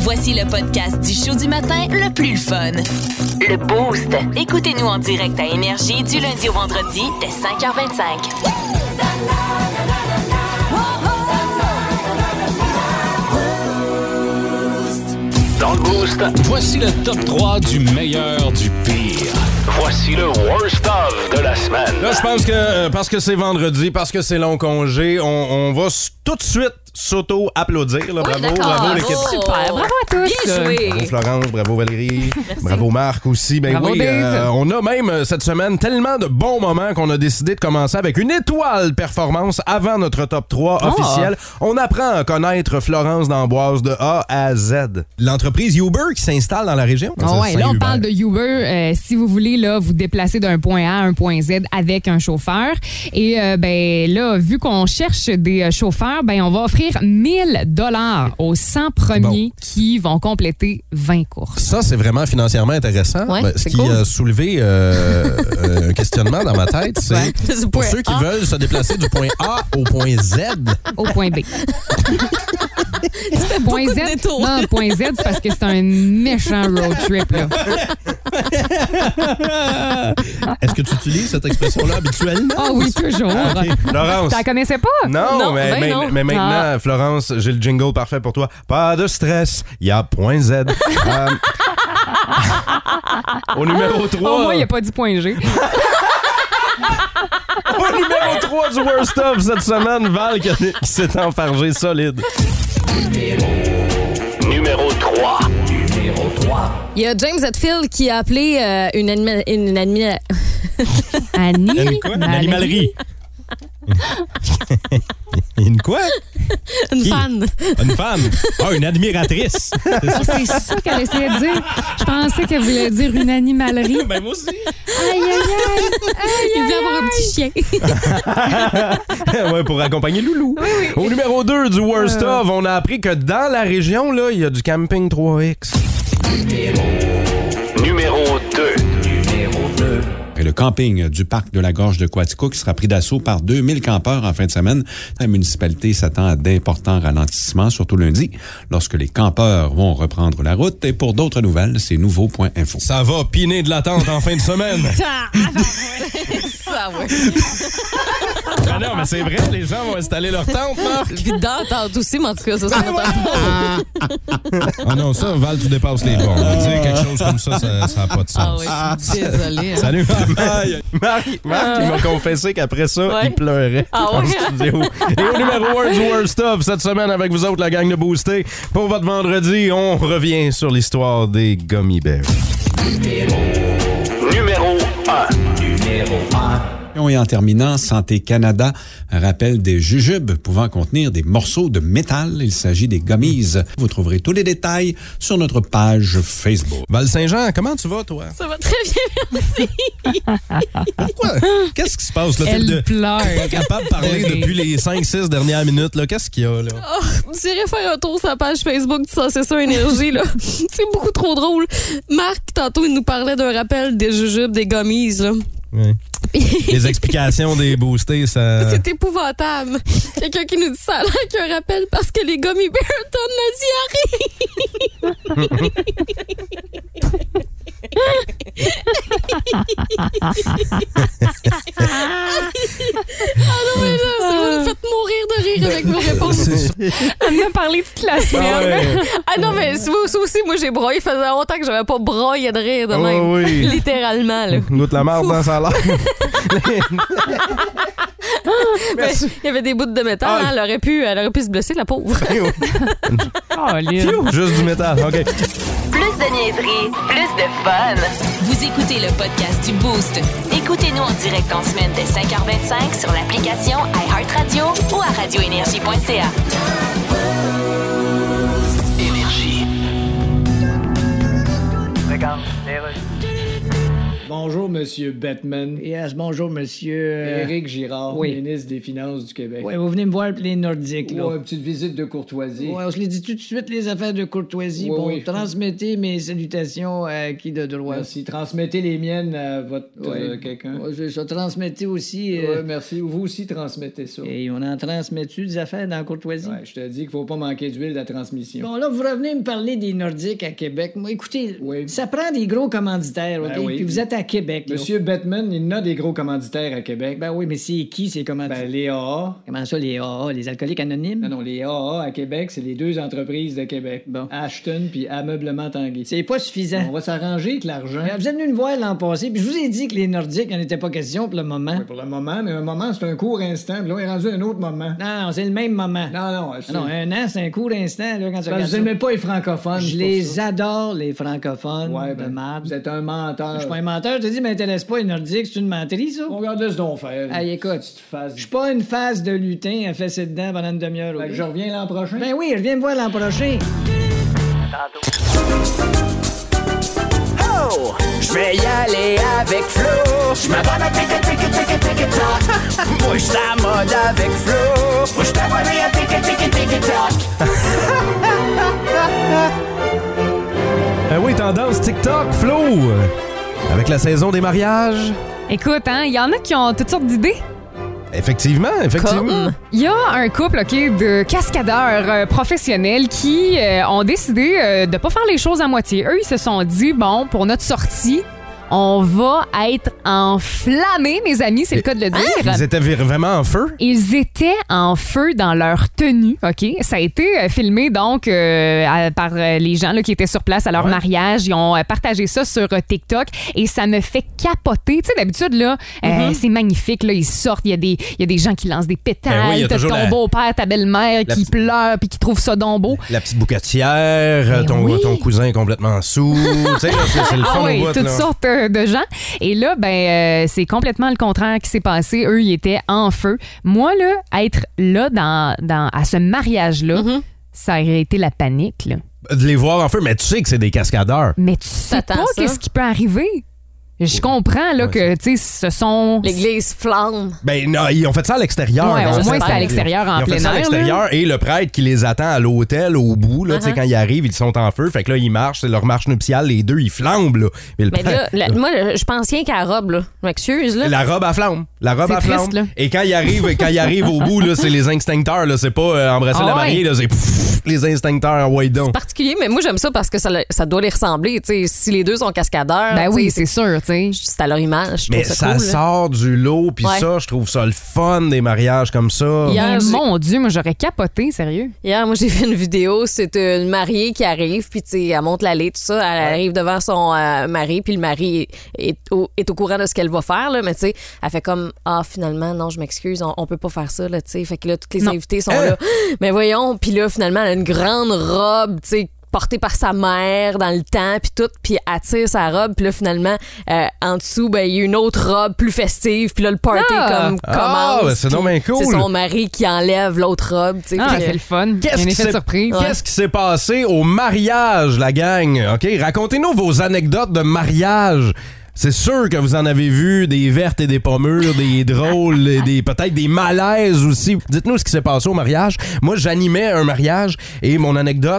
Voici le podcast du show du matin le plus fun. Le Boost. Écoutez-nous en direct à Énergie du lundi au vendredi dès 5h25. Dans le Boost, voici le top 3 du meilleur du pire. Voici le worst of de la semaine. Là, je pense que parce que c'est vendredi, parce que c'est long congé, on va tout de suite s'auto-applaudir. Là. Bravo l'équipe. Super, bravo à tous. Bien joué. Bravo Florence, bravo Valérie, bravo Marc aussi. Ben bravo oui, Dave. on a même cette semaine tellement de bons moments qu'on a décidé de commencer avec une étoile performance avant notre top 3 officiel. On apprend à connaître Florence d'Amboise de A à Z. L'entreprise Uber qui s'installe dans la région. Là, on parle de Uber. Si vous voulez là, vous déplacer d'un point A à un point Z avec un chauffeur. Et là, vu qu'on cherche des chauffeurs, on va offrir 1 000 $ aux 100 premiers qui vont compléter 20 courses. Ça, c'est vraiment financièrement intéressant. Ouais, Ce c'est qui cool. a soulevé un questionnement dans ma tête, c'est Du pour point ceux qui A. veulent se déplacer du point A au point Z. Au point B. Point Z, détours. non, point Z, c'est parce que c'est un méchant road trip. Là. Est-ce que tu utilises cette expression-là habituellement? Ah oui, toujours. OK. Florence. Tu la connaissais pas? Non, mais non. maintenant, Florence, j'ai le jingle parfait pour toi. Pas de stress, il y a point Z. Au numéro 3. Au moins, il n'y a pas dit point G. Au numéro 3 du Worst of cette semaine, Val qui s'est enfargé solide. Numéro 3. Il y a James Hetfield qui a appelé une Annie. Une animalerie. Une quoi? fan. Une femme. Ah, une admiratrice. C'est ça qu'elle essayait de dire. Je pensais qu'elle voulait dire une animalerie. Ben moi aussi. Aïe, aïe, aïe. Il voulait avoir un petit chien. Ouais, pour accompagner Loulou. Au numéro 2 du Worst of, on a appris que dans la région, là, il y a du camping 3X. Numéro 2. Et le camping du parc de la Gorge de Quaticook sera pris d'assaut par 2000 campeurs en fin de semaine. La municipalité s'attend à d'importants ralentissements, surtout lundi, lorsque les campeurs vont reprendre la route. Et pour d'autres nouvelles, c'est nouveau.info. Ça va piner de l'attente en fin de semaine. Ça, ouais. Ah non, mais c'est vrai, les gens vont installer leur tente, Marc. Puis d'entendre aussi, mais en tout cas, ça, c'est Ah non, ça, Val, tu dépasses les bords. Dire quelque chose comme ça, ça n'a pas de sens. Ah oui, désolé. Hein. Salut, Marc, il m'a confessé qu'après ça, Ouais. il pleurait Ah en ouais? studio. Et au numéro 1 du Worst of, cette semaine avec vous autres, la gang de Boosté. Pour votre vendredi, on revient sur l'histoire des Gummy Bears. Numéro 1. Et en terminant, Santé Canada rappelle des jujubes pouvant contenir des morceaux de métal. Il s'agit des gummies. Vous trouverez tous les détails sur notre page Facebook. Val-Saint-Jean, comment tu vas, toi? Ça va très bien, merci. Pourquoi? Qu'est-ce qui se passe, là? Elle pleure. T'es capable de parler depuis les 5-6 dernières minutes, là. Qu'est-ce qu'il y a, là? Vous irez faire un tour sur la page Facebook du C'est ça énergie, là. C'est beaucoup trop drôle. Marc, tantôt, il nous parlait d'un rappel des jujubes, des gummies, là. Oui. Les explications des boostés, ça... C'est épouvantable. Quelqu'un qui nous dit ça a l'air qu'un rappel parce que les gummy bears donnent la diarrhée. Ah non, mais là, vous me faites mourir de rire avec vos réponses. Elle m'a parlé toute la semaine. Ah non, mais ça aussi, moi, j'ai broyé. Ça faisait longtemps que j'avais pas broyé de rire de même. Oh oui. Littéralement, là. Goûte la marde dans sa langue. Ben, il y avait des bouts de métal, hein, elle aurait pu se blesser, la pauvre. Oh, Lynn. Phew, juste du métal, OK. Plus de niaiserie, plus de fun. Vous écoutez le podcast du Boost. Écoutez-nous en direct en semaine dès 5h25 sur l'application iHeartRadio ou à radioénergie.ca. Énergie. Bonjour, Monsieur Bettman. Yes, bonjour, Monsieur... Éric Girard, ministre des Finances du Québec. Oui, vous venez me voir pour les Nordiques, là. Ouais, une petite visite de courtoisie. Ouais, on se les dit tout de suite, les affaires de courtoisie. Ouais, bon, oui. transmettez mes salutations à qui de droit. Merci. Transmettez les miennes à votre quelqu'un. Ouais, c'est ça. Transmettez aussi... Ouais, merci. Vous aussi, transmettez ça. Et on en transmet-tu des affaires dans la courtoisie? Ouais, je te dis qu'il faut pas manquer d'huile de la transmission. Bon, là, vous revenez me parler des Nordiques à Québec. Moi, écoutez, Oui. ça prend des gros commanditaires, OK? Ben oui. Puis vous êtes à Québec, là. Monsieur Bettman, il en a des gros commanditaires à Québec. Ben oui, mais c'est qui, ces commanditaires? Ben, les AA. Comment ça, les AA, les alcooliques anonymes? Non, les AA à Québec, c'est les 2 entreprises de Québec. Bon. Ashton puis Ameublement Tanguay. C'est pas suffisant. On va s'arranger avec l'argent. Vous êtes venu me voir l'an passé, puis je vous ai dit que les Nordiques, il n'en était pas question pour le moment. Oui, pour le moment, mais un moment, c'est un court instant. Puis là, on est rendu à un autre moment. Non, c'est le même moment. Non, Non, un an, c'est un court instant, là, quand tu regardes vous ça. n'aimez pas les francophones. Je c'est les pour ça. adore, les francophones Ouais, de ben, marde. vous êtes un menteur. Je suis pas un menteur, je te dis, m'intéresse pas les Nordiques, c'est une menterie, ça. On regarde laisse donc faire. Hey, écoute, Petite phase. je suis pas une phase de lutin à fesser dedans pendant une demi-heure. Fait OK? que je reviens l'an prochain. Ben oui, reviens me voir l'an prochain. Oh, je vais y aller avec Flo. Je m'abonne à TikTok. Moi, je la mode avec Flo. Moi, je t'abonne à TikTok. Oui, tendance TikTok, Flo! Avec la saison des mariages. Écoute, il y en a qui ont toutes sortes d'idées. Effectivement. Il y a un couple de cascadeurs professionnels qui ont décidé de pas faire les choses à moitié. Eux, ils se sont dit, bon, pour notre sortie, on va être enflammés, mes amis, c'est le cas de le dire. Ils étaient vraiment en feu. Ils étaient en feu dans leur tenue, OK? Ça a été filmé, donc, par les gens là, qui étaient sur place à leur mariage. Ils ont partagé ça sur TikTok et ça me fait capoter. Tu sais, d'habitude, là, c'est magnifique. Là, ils sortent, il y a des gens qui lancent des pétales. Ben oui, il y a t'as toujours ton beau-père, ta belle-mère qui pleure puis qui trouve ça donc beau. La petite boucatière, ton cousin est complètement sous. Tu sais, là, c'est le fun au bout. Toutes sortes de gens. Et là, c'est complètement le contraire qui s'est passé. Eux, ils étaient en feu. Moi, là, être là à ce mariage-là, ça aurait été la panique, là. De les voir en feu, mais tu sais que c'est des cascadeurs. Mais tu sais pas qu'est-ce qui peut arriver. Je comprends là que tu sais ce sont l'église flamme. Ben non, ils ont fait ça à l'extérieur. Ouais, au moins c'est à l'extérieur en plein air. Ils ont fait ça à l'extérieur et le prêtre qui les attend à l'hôtel au bout là, tu sais quand ils arrivent, ils sont en feu, fait que là ils marchent, c'est leur marche nuptiale, les deux ils flambent là. Mais là, moi je pense rien qu'à la robe là. Je m'excuse là. La robe à flamme. Triste, là. Et quand ils arrivent au bout là, c'est les extincteurs là, c'est pas embrasser la mariée là, c'est les extincteurs en white down. C'est particulier, mais moi j'aime ça parce que ça doit les ressembler, tu sais, si les deux sont cascadeurs. Ben oui, c'est sûr. C'est à leur image. Mais ça cool, sort du lot, puis ça, je trouve ça le fun des mariages comme ça. Hier, mon Dieu, moi j'aurais capoté, sérieux. Hier, moi j'ai vu une vidéo, c'est une mariée qui arrive, puis tu sais, elle monte l'allée, tout ça, elle arrive devant son mari, puis le mari est au courant de ce qu'elle va faire, là, mais tu sais, elle fait comme finalement, non, je m'excuse, on peut pas faire ça, là, tu sais, fait que là, tous les invités sont là. Mais voyons, puis là, finalement, elle a une grande robe, tu sais, portée par sa mère dans le temps puis tout, puis elle tire sa robe, puis là finalement en dessous il y a une autre robe plus festive, puis là le party commence. C'est donc bien cool. C'est son mari qui enlève l'autre robe, tu sais. C'est le fun. Il y a un effet de surprise. Qu'est-ce qui s'est passé au mariage, la gang? OK, racontez-nous vos anecdotes de mariage. C'est sûr que vous en avez vu des vertes et des pommures, des drôles, peut-être des malaises aussi. Dites-nous ce qui s'est passé au mariage. Moi, j'animais un mariage et mon anecdote,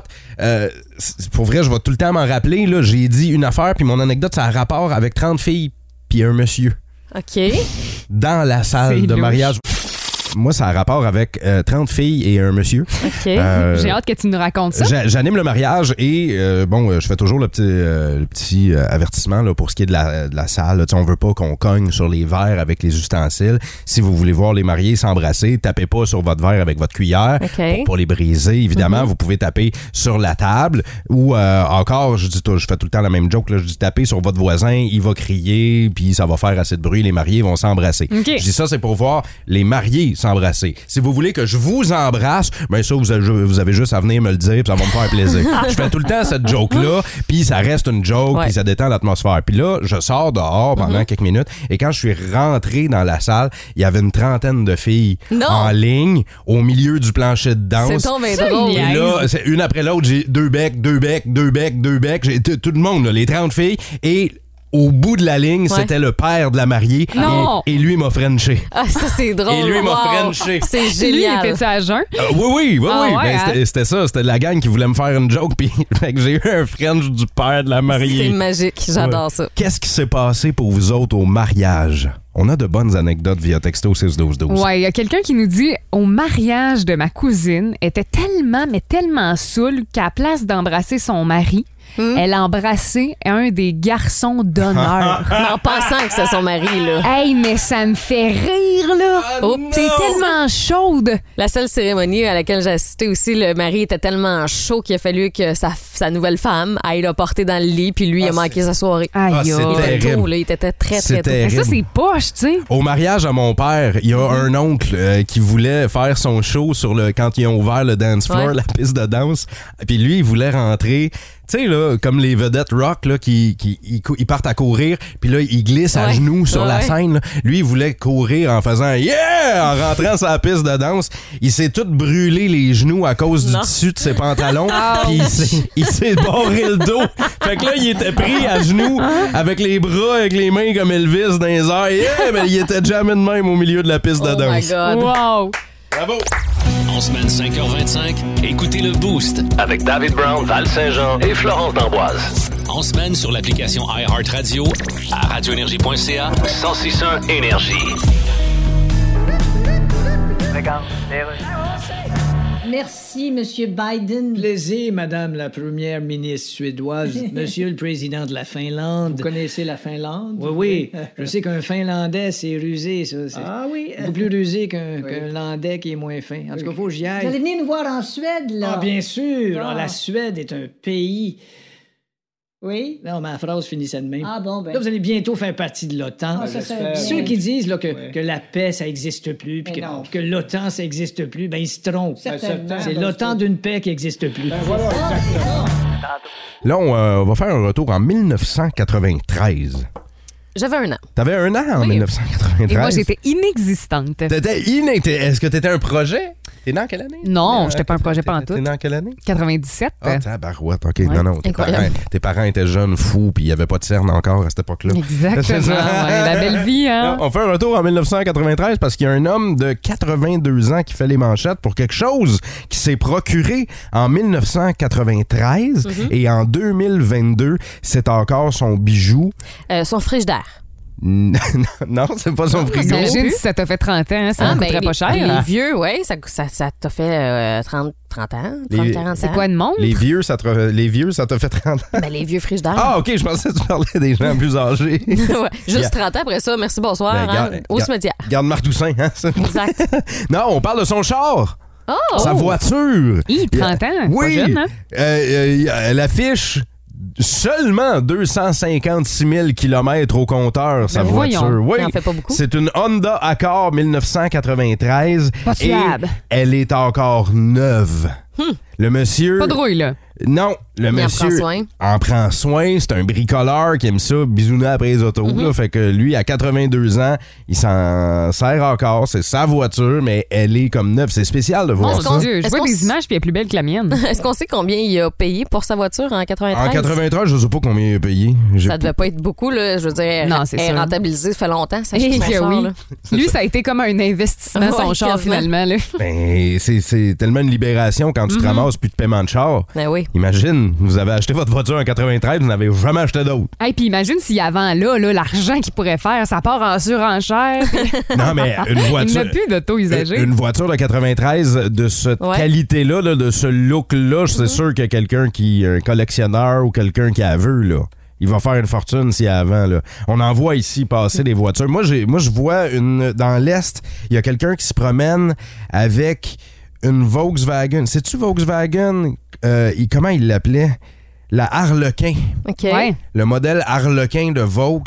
pour vrai, je vais tout le temps m'en rappeler. Là, j'ai dit une affaire puis mon anecdote, ça a rapport avec 30 filles puis un monsieur. OK. Dans la salle de mariage. Moi, ça a rapport avec 30 filles et un monsieur. OK. J'ai hâte que tu nous racontes ça. J'anime le mariage et je fais toujours le petit avertissement là, pour ce qui est de la salle. On veut pas qu'on cogne sur les verres avec les ustensiles. Si vous voulez voir les mariés s'embrasser, tapez pas sur votre verre avec votre cuillère pour les briser. Évidemment, vous pouvez taper sur la table ou encore, je fais tout le temps la même joke, là, je dis taper sur votre voisin, il va crier puis ça va faire assez de bruit, les mariés vont s'embrasser. Je dis ça, c'est pour voir les mariés s'embrasser. Si vous voulez que je vous embrasse, ben ça, vous avez juste à venir me le dire puis ça va me faire plaisir. Je fais tout le temps cette joke-là, puis ça reste une joke, puis ça détend l'atmosphère. Puis là, je sors dehors pendant quelques minutes et quand je suis rentré dans la salle, il y avait une trentaine de filles en ligne au milieu du plancher de danse. C'est tombé drôle. Et là, c'est une après l'autre, j'ai deux becs. J'ai tout le monde, là, les 30 filles et au bout de la ligne, c'était le père de la mariée. Non! Et lui m'a frenché. Ah, ça, c'est drôle. Et lui m'a frenché. C'est génial. Lui, était-tu à jeun? Oui. Ah, ouais, Ben, hein? c'était ça. C'était de la gang qui voulait me faire une joke. Puis fait que j'ai eu un French du père de la mariée. C'est magique. J'adore ça. Qu'est-ce qui s'est passé pour vous autres au mariage? On a de bonnes anecdotes via texto 61212. Ouais, il y a quelqu'un qui nous dit au mariage de ma cousine, elle était tellement saoule qu'à place d'embrasser son mari, elle a embrassé un des garçons d'honneur. En pensant que c'était son mari, là. Hey, mais ça me fait rire, là. C'est tellement chaude. La seule cérémonie à laquelle j'ai assisté aussi, le mari était tellement chaud qu'il a fallu que sa nouvelle femme aille le porter dans le lit, puis lui, il a manqué sa soirée. Aïe, c'est Il était terrible. tôt, là. Il était très C'est tôt. Mais ça, c'est poche, tu sais. Au mariage à mon père, il y a un oncle qui voulait faire son show quand ils ont ouvert le dance floor, la piste de danse. Puis lui, il voulait rentrer. Tu sais, là, comme les vedettes rock, là, qui partent à courir, puis là, ils glissent à genoux sur la scène. Là. Lui, il voulait courir en faisant « Yeah! » en rentrant sur la piste de danse. Il s'est tout brûlé les genoux à cause du tissu de ses pantalons, puis il s'est barré le dos. Fait que là, il était pris à genoux, avec les bras, avec les mains comme Elvis dans les airs. Yeah! Mais il était jamais de même au milieu de la piste de danse. Oh my God. Wow! Bravo! En semaine 5h25, écoutez le Boost avec David Brown, Val Saint-Jean et Florence d'Amboise. En semaine sur l'application iHeartRadio, à radioénergie.ca, 106.1 Énergie. Merci, Monsieur Biden. Plaisir, Madame la Première ministre suédoise. Monsieur le Président de la Finlande. Vous connaissez la Finlande? Oui. Je sais qu'un Finlandais, c'est rusé, ça. Ah oui. Beaucoup plus rusé qu'un Landais qui est moins fin. En tout cas, faut que j'y Vous aille. allez venir nous voir en Suède, là? Ah, bien sûr. Ah. La Suède est un pays... Oui? Non, ma phrase finissait de même. Ah bon, ben... Là, vous allez bientôt faire partie de l'OTAN. Ah, ça serait bien. Ceux qui disent là, que la paix, ça n'existe plus, puis Mais non. que l'OTAN, ça n'existe plus, ben ils se trompent. Certainement. C'est l'OTAN d'une paix qui n'existe plus. Là, on va faire un retour en 1993. J'avais 1 an. T'avais 1 an en 1993. Et moi, j'étais inexistante. Est-ce que t'étais un projet? T'es dans quelle année? Non, j'étais pas un projet pantoute. T'es dans quelle année? 97. Ah, tabarouette, OK. Non, Incroyable. tes parents étaient jeunes, fous, puis il n'y avait pas de cerne encore à cette époque-là. Exactement. Ouais, la belle vie, hein? On fait un retour en 1993 parce qu'il y a un homme de 82 ans qui fait les manchettes pour quelque chose qui s'est procuré en 1993 et en 2022, c'est encore son bijou. Son frigidaire. Non, c'est pas son frigo. Imagine si ça t'a fait 30 ans, ça ne coûterait pas cher. Les vieux, oui, ça t'a fait 30 ans, 30, 40 ans. C'est quoi de monde? Les vieux, ça t'a fait 30 ans. Ben, les vieux frigidaires. Ah, OK, je pensais que tu parlais des gens plus âgés. Ouais, juste 30 ans après ça, merci, bonsoir, au cimetière. Garde Martoussin, hein? Ça? Exact. Non, on parle de son char. Oh! Sa voiture. 30 ans, oui. pas jeune, hein? Elle affiche seulement 256 000 km au compteur, sa voiture. voyons, Oui, il en fait pas beaucoup. c'est une Honda Accord 1993. Pas et fiable. elle est encore neuve. Le monsieur... Pas de rouille, là. Non, le en monsieur prend soin. en prend soin. C'est un bricoleur qui aime ça, bisouner après les autos. Là, fait que lui, à 82 ans, il s'en sert encore. C'est sa voiture, mais elle est comme neuve. C'est spécial de voir Oh ça. mon Dieu, je Est-ce vois qu'on des images puis elle est plus belle que la mienne. Est-ce qu'on sait combien il a payé pour sa voiture en 93? En 93, je sais pas combien il a payé. Ça devait pas être beaucoup, là. Je veux dire, Non, c'est elle est sûr. rentabilisée, ça fait longtemps. Ça Eh achète son que char, oui. là. Lui, ça a été comme un investissement, son Ouais, char, quasiment. finalement. Là. Ben, c'est tellement une libération quand tu te ramasses plus de paiement de char. Ben oui. Imagine, vous avez acheté votre voiture en 93, vous n'avez jamais acheté d'autre. Hey, puis imagine s'il y avant là, l'argent qu'il pourrait faire, ça part en surenchère. Non, mais une Il voiture... n'a plus d'auto usagée. Une voiture de 93 de cette qualité-là, là, de ce look-là, c'est sûr que quelqu'un qui est un collectionneur ou quelqu'un qui a veut, là, il va faire une fortune s'il y a avant. Là. On en voit ici passer des voitures. Moi, je vois dans l'Est, il y a quelqu'un qui se promène avec une Volkswagen. Sais-tu Volkswagen? Comment il l'appelait? La Harlequin. OK. Ouais. Le modèle Harlequin de Vaux,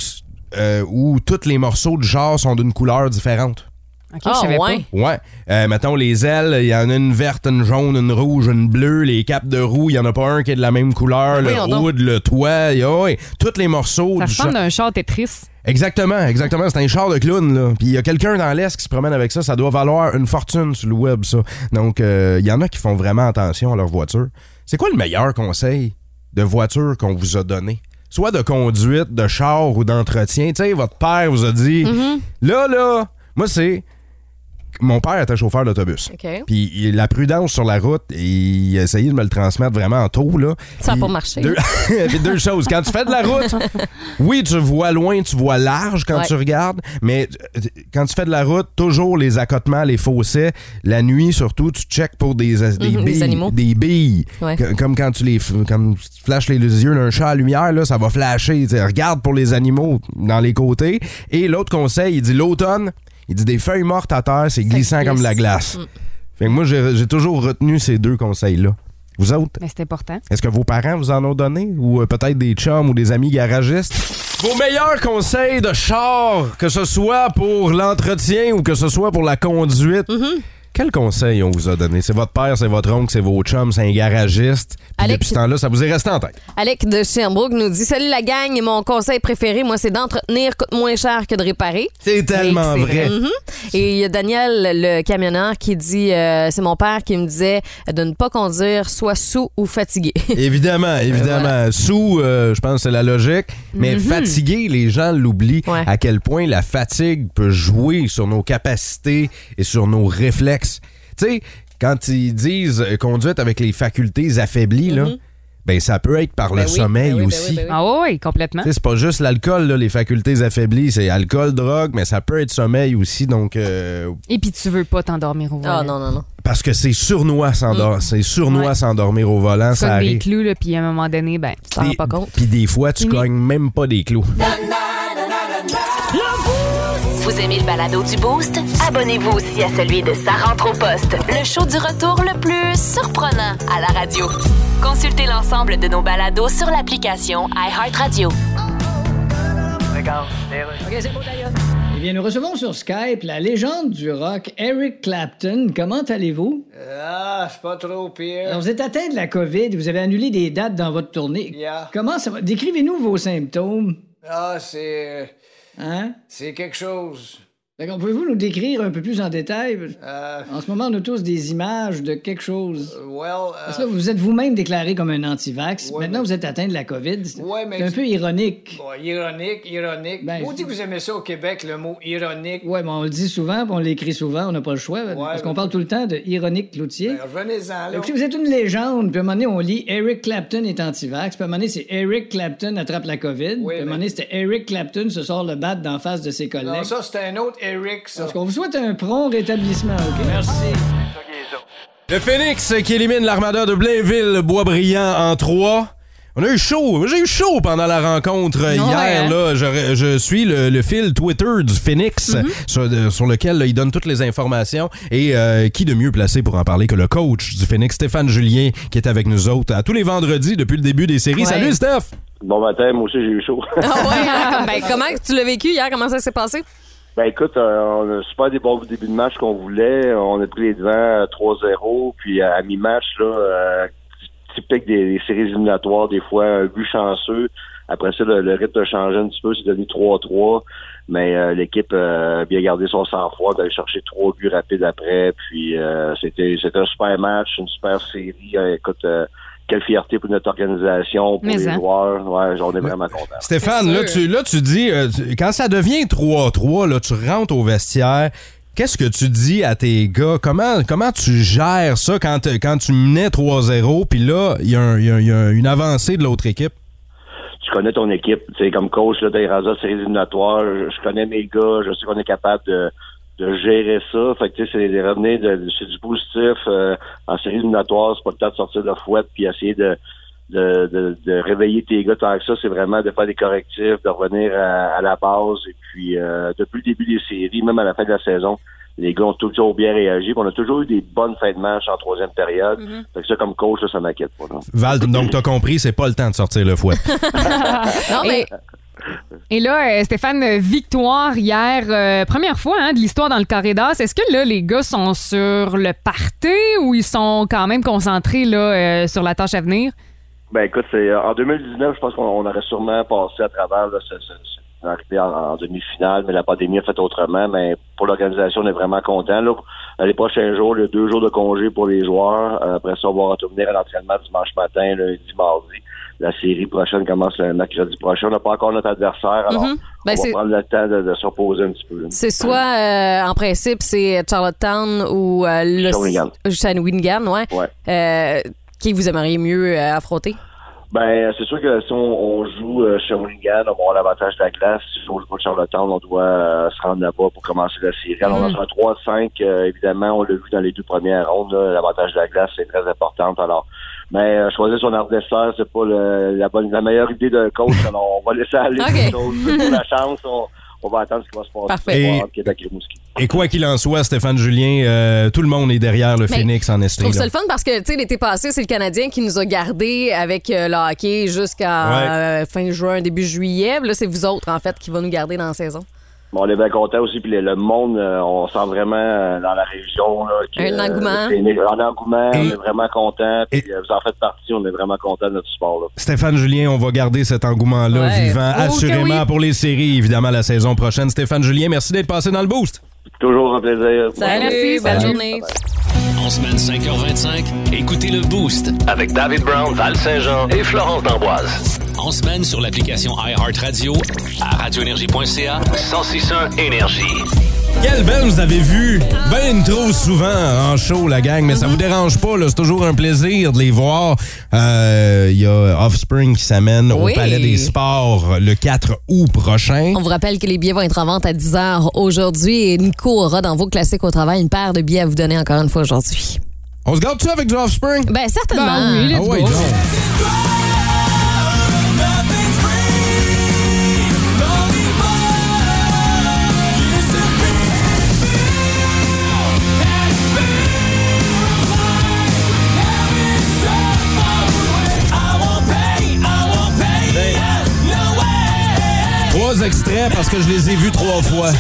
où tous les morceaux de char sont d'une couleur différente. OK, je savais ouais. Ouais. Mettons, les ailes, il y en a une verte, une jaune, une rouge, une bleue. Les capes de roue, il n'y en a pas un qui est de la même couleur. Voyons Le donc. hood, le toit, tous les morceaux Ça du ressemble char. d'un char Tetris. Exactement. C'est un char de clown, là. Puis il y a quelqu'un dans l'Est qui se promène avec ça. Ça doit valoir une fortune sur le web, ça. Donc, il y en a qui font vraiment attention à leur voiture. C'est quoi le meilleur conseil de voiture qu'on vous a donné? soit de conduite, de char ou d'entretien. Tu sais, votre père vous a dit, là, moi, c'est... Mon père était chauffeur d'autobus. Okay. Puis la prudence sur la route, il a essayé de me le transmettre vraiment tôt. Là. Ça n'a pas marché. Deux choses. Quand tu fais de la route, oui, tu vois loin, tu vois large quand tu regardes, mais quand tu fais de la route, toujours les accotements, les fossés. La nuit, surtout, tu checkes pour des billes. Animaux. Des billes. Ouais. Comme quand tu flashes les yeux d'un chat à lumière, là, ça va flasher. T'sais, regarde pour les animaux dans les côtés. Et l'autre conseil, il dit l'automne, il dit des feuilles mortes à terre, c'est glissant comme de la glace. Fait que moi, j'ai toujours retenu ces deux conseils-là. Vous autres? Mais c'est important. Est-ce que vos parents vous en ont donné? Ou peut-être des chums ou des amis garagistes? Vos meilleurs conseils de char, que ce soit pour l'entretien ou que ce soit pour la conduite, quels conseils on vous a donné? C'est votre père, c'est votre oncle, c'est vos chums, c'est un garagiste. Puis depuis ce temps-là, ça vous est resté en tête. Alec de Sherbrooke nous dit « Salut la gang, mon conseil préféré, moi, c'est d'entretenir, coûte moins cher que de réparer. » C'est tellement vrai. Et il y a Daniel, le camionneur, qui dit c'est mon père qui me disait de ne pas conduire soit sous ou fatigué. Évidemment. Voilà. Sous, je pense que c'est la logique. Mais fatigué, les gens l'oublient. Ouais. À quel point la fatigue peut jouer sur nos capacités et sur nos réflexes. Tu sais, quand ils disent conduite avec les facultés affaiblies, là, ben ça peut être par le sommeil aussi. Ben oui. Ah oui, complètement. T'sais, c'est pas juste l'alcool, là, les facultés affaiblies, c'est alcool, drogue, mais ça peut être sommeil aussi. Donc, Et puis tu veux pas t'endormir au volant. Ah non. Parce que c'est sournois s'endormir au volant, ça arrive. Des clous, là, puis à un moment donné, ben, tu t'en rends pas compte. Puis des fois, tu cognes même pas des clous. Vous aimez le balado du Boost? Abonnez-vous aussi à celui de Sa rentre au poste, le show du retour le plus surprenant à la radio. Consultez l'ensemble de nos balados sur l'application iHeartRadio. OK, c'est beau, d'ailleurs. Eh bien, nous recevons sur Skype la légende du rock, Eric Clapton. Comment allez-vous? C'est pas trop pire. Alors, vous êtes atteint de la COVID, vous avez annulé des dates dans votre tournée. Yeah. Comment ça va? Décrivez-nous vos symptômes. C'est... Hein? C'est quelque chose. D'accord, pouvez-vous nous décrire un peu plus en détail? En ce moment, on a tous des images de quelque chose. Parce que vous êtes vous-même déclaré comme un anti-vax. Ouais, Maintenant, vous êtes atteint de la COVID. C'est un peu ironique. Bon, ironique. Ben, on dit que vous aimez ça au Québec, le mot ironique. Ouais, mais on le dit souvent, puis on l'écrit souvent, on n'a pas le choix. Parce qu'on parle tout le temps de ironique Cloutier. Ben, revenez-en, là. Écoutez, vous êtes une légende, puis à un moment donné, on lit Eric Clapton est anti-vax, puis à un moment donné, c'est Eric Clapton attrape la COVID. Puis à un moment donné, c'était Eric Clapton se sort le bat d'en face de ses collègues. Non, ça, c'était un autre Eric, ça. Parce qu'on vous souhaite un prompt rétablissement, OK? Merci. Le Phoenix qui élimine l'Armada de Blainville-Boisbriand en 3. On a eu chaud. J'ai eu chaud pendant la rencontre hier. Là. Je suis le fil Twitter du Phoenix sur lequel là, il donne toutes les informations. Et qui de mieux placé pour en parler que le coach du Phoenix, Stéphane Julien, qui est avec nous autres à tous les vendredis depuis le début des séries. Ouais. Salut, Steph! Bon matin, moi aussi j'ai eu chaud. Comment tu l'as vécu hier? Comment ça s'est passé? Ben écoute, on a super des bons débuts de match qu'on voulait. On a pris les devants 3-0. Puis à mi-match, là, typique des séries éliminatoires, des fois un but chanceux. Après ça, le rythme a changé un petit peu, c'est devenu 3-3. Mais l'équipe a bien gardé son sang-froid d'aller chercher 3 buts rapides après. Puis c'était un super match, une super série. Écoute, quelle fierté pour notre organisation, pour les joueurs. Ouais, j'en ai vraiment content. Stéphane, là, tu dis, quand ça devient 3-3, là, tu rentres au vestiaire. Qu'est-ce que tu dis à tes gars? Comment tu gères ça quand tu menais 3-0, puis là, il y a une avancée de l'autre équipe? Tu connais ton équipe. Tu sais, comme coach, là, t'es rendu à séries éliminatoires. Je connais mes gars. Je sais qu'on est capable de gérer ça. Fait que, tu sais, c'est de revenir c'est du positif. En séries éliminatoires, c'est pas le temps de sortir de la fouette puis essayer de réveiller tes gars tant que ça. C'est vraiment de faire des correctifs, de revenir à la base. Et puis, depuis le début des séries, même à la fin de la saison, les gars ont toujours bien réagi. On a toujours eu des bonnes fins de match en troisième période. Fait que ça, comme coach, là, ça m'inquiète pas. Non? Val, donc t'as compris, c'est pas le temps de sortir le fouet. Non, mais... Et là, Stéphane, victoire hier, première fois de l'histoire dans le Carré d'As. Est-ce que là, les gars sont sur le party ou ils sont quand même concentrés là, sur la tâche à venir? Ben écoute, c'est en 2019, je pense qu'on aurait sûrement passé à travers arrivé en demi-finale, mais la pandémie a fait autrement. Mais pour l'organisation, on est vraiment content. Là, les prochains jours, il y a 2 jours de congé pour les joueurs. Après ça, on va retourner à l'entraînement dimanche matin, lundi, mardi. la série prochaine commence le mercredi prochain. On n'a pas encore notre adversaire, alors on va prendre le temps de se reposer un petit peu. C'est soit, en principe, c'est Charlottetown ou Shawinigan, ouais. Qui vous aimeriez mieux affronter? Ben, c'est sûr que si on joue Shawinigan, on va avoir l'avantage de la glace. Si on joue contre Charlottetown, on doit se rendre là-bas pour commencer la série. Alors, dans un 3-5, évidemment, on l'a vu dans les 2 premières rondes, là, l'avantage de la glace, c'est très important. Alors, mais choisir son adversaire, c'est pas la meilleure idée d'un coach. Alors, on va laisser aller les choses. Pour la chance, on va attendre ce qui va se passer pour Québec et Rimouski. Et quoi qu'il en soit, Stéphane Julien, tout le monde est derrière le Phoenix en Estrie. Je trouve ça le fun parce que, tu sais, l'été passé, c'est le Canadien qui nous a gardés avec le hockey jusqu'à fin juin, début juillet. Là, c'est vous autres, en fait, qui va nous garder dans la saison. Bon, on est bien contents aussi, puis le monde, on sent vraiment dans la région là, un engouement. On est vraiment contents, puis vous en faites partie, on est vraiment contents de notre sport. Là. Stéphane Julien, on va garder cet engouement-là vivant, assurément pour les séries, évidemment, la saison prochaine. Stéphane Julien, merci d'être passé dans le Boost. Toujours un plaisir. Merci, bonne journée. En semaine 5h25, écoutez le Boost avec David Brown, Val Saint-Jean et Florence D'Amboise. En semaine sur l'application iHeartRadio, à radioénergie.ca, 106.1 Énergie. Quelle belle vous avez vu ben trop souvent en show, la gang, mais ça vous dérange pas, là, c'est toujours un plaisir de les voir. Il y a Offspring qui s'amène au Palais des Sports le 4 août prochain. On vous rappelle que les billets vont être en vente à 10h aujourd'hui et Nico aura dans vos classiques au travail une paire de billets à vous donner encore une fois aujourd'hui. On se garde-tu avec du Offspring? Ben certainement. Ben oui, let's go. Trois extraits parce que je les ai vus 3 fois.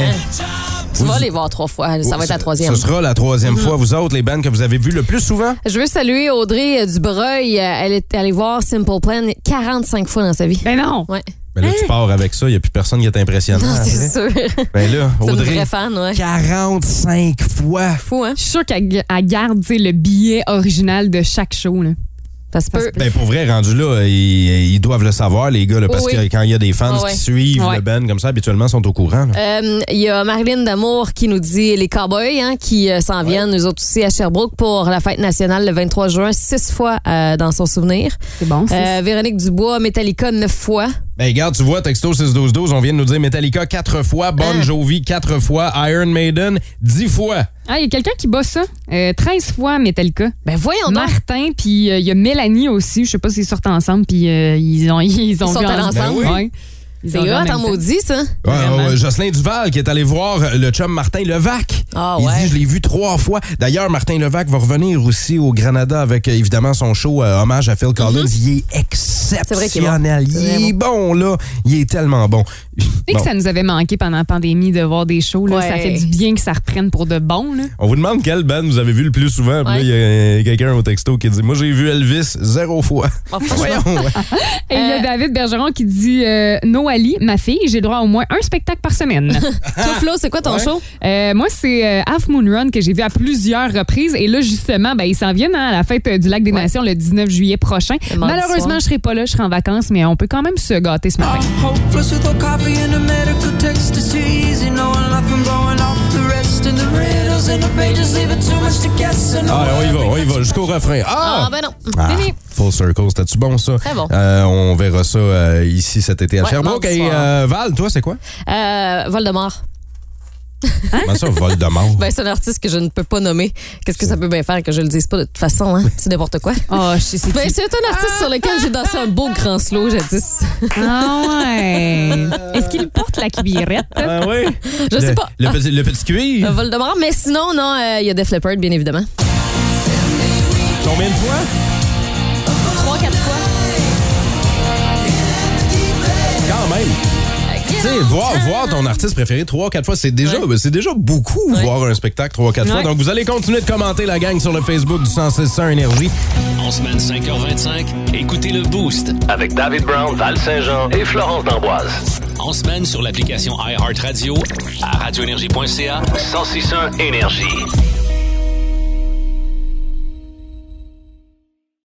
Tu vas les voir 3 fois. Ça va être la 3e. Ce sera la 3e fois. Vous autres, les bands que vous avez vues le plus souvent? Je veux saluer Audrey Dubreuil. Elle est allée voir Simple Plan 45 fois dans sa vie. Ben non! Ouais. Ben là, tu pars avec ça, il n'y a plus personne qui est impressionnant. Non, c'est sûr. Ben là, Audrey, c'est une vraie fan, 45 fois. Fou, hein? Je suis sûre qu'elle garde le billet original de chaque show. Là. Ben pour vrai, rendu là, ils doivent le savoir, les gars, là, parce que quand il y a des fans qui suivent le band comme ça, habituellement, sont au courant. Il y a Marilyn D'Amour qui nous dit les Cowboys qui s'en viennent, nous autres aussi, à Sherbrooke pour la fête nationale le 23 juin, 6 fois dans son souvenir. C'est bon. Véronique Dubois, Metallica 9 fois. Ben regarde, tu vois, texto 61212, on vient de nous dire Metallica 4 fois, Bon Jovi 4 fois, Iron Maiden 10 fois. Ah, il y a quelqu'un qui bat ça. 13 fois Metallica. Ben voyons donc. Martin, puis il y a Mélanie aussi. Je sais pas s'ils sortent ensemble, puis ils ont sortent ensemble. Ben oui. C'est hot en maudit, ça. Jocelyn Duval qui est allé voir le chum Martin Levac. Il dit, je l'ai vu 3 fois. D'ailleurs, Martin Levac va revenir aussi au Granada avec, évidemment, son show hommage à Phil Collins. Il est exceptionnel. Il est bon, là. Il est tellement bon. Tu sais que ça nous avait manqué pendant la pandémie de voir des shows. Là. Ça fait du bien que ça reprenne pour de bon. Là. On vous demande quelle band vous avez vu le plus souvent. Puis là, il y a quelqu'un au texto qui dit, moi, j'ai vu Elvis 0 fois. Voyons. Et il y a David Bergeron qui dit, Ali, ma fille, j'ai droit au moins un spectacle par semaine. Toi, Flo, c'est quoi ton show? Moi, c'est Half Moon Run que j'ai vu à plusieurs reprises. Et là, justement, ils s'en viennent à la fête du Lac des Nations le 19 juillet prochain. Malheureusement, je serai pas là, je serai en vacances, mais on peut quand même se gâter ce matin. On y va jusqu'au refrain. Ben non. Full Circle, c'était-tu bon, ça? Très bon. On verra ça ici cet été à Sherbrooke. Et Val, toi, c'est quoi? Voldemort. Comment ça, Voldemort? C'est un artiste que je ne peux pas nommer. Qu'est-ce que ça peut bien faire que je le dise pas de toute façon? Hein? C'est n'importe quoi. C'est un artiste sur lequel j'ai dansé un beau grand slow jadis. Ah ouais. Est-ce qu'il porte la cuillerette? Oui. Je sais pas. Le petit cuir? Voldemort, mais sinon, non, il y a Def Leppard, bien évidemment. Combien de fois? 3-4 fois. Quand même. Tu sais, voir ton artiste préféré 3-4 fois, c'est déjà beaucoup voir un spectacle 3-4 fois. Donc, vous allez continuer de commenter la gang sur le Facebook du 106.1 Énergie. En semaine 5h25, écoutez le Boost avec David Brown, Val Saint-Jean et Florence D'Amboise. En semaine sur l'application iHeartRadio, à radioénergie.ca, 106.1 Énergie.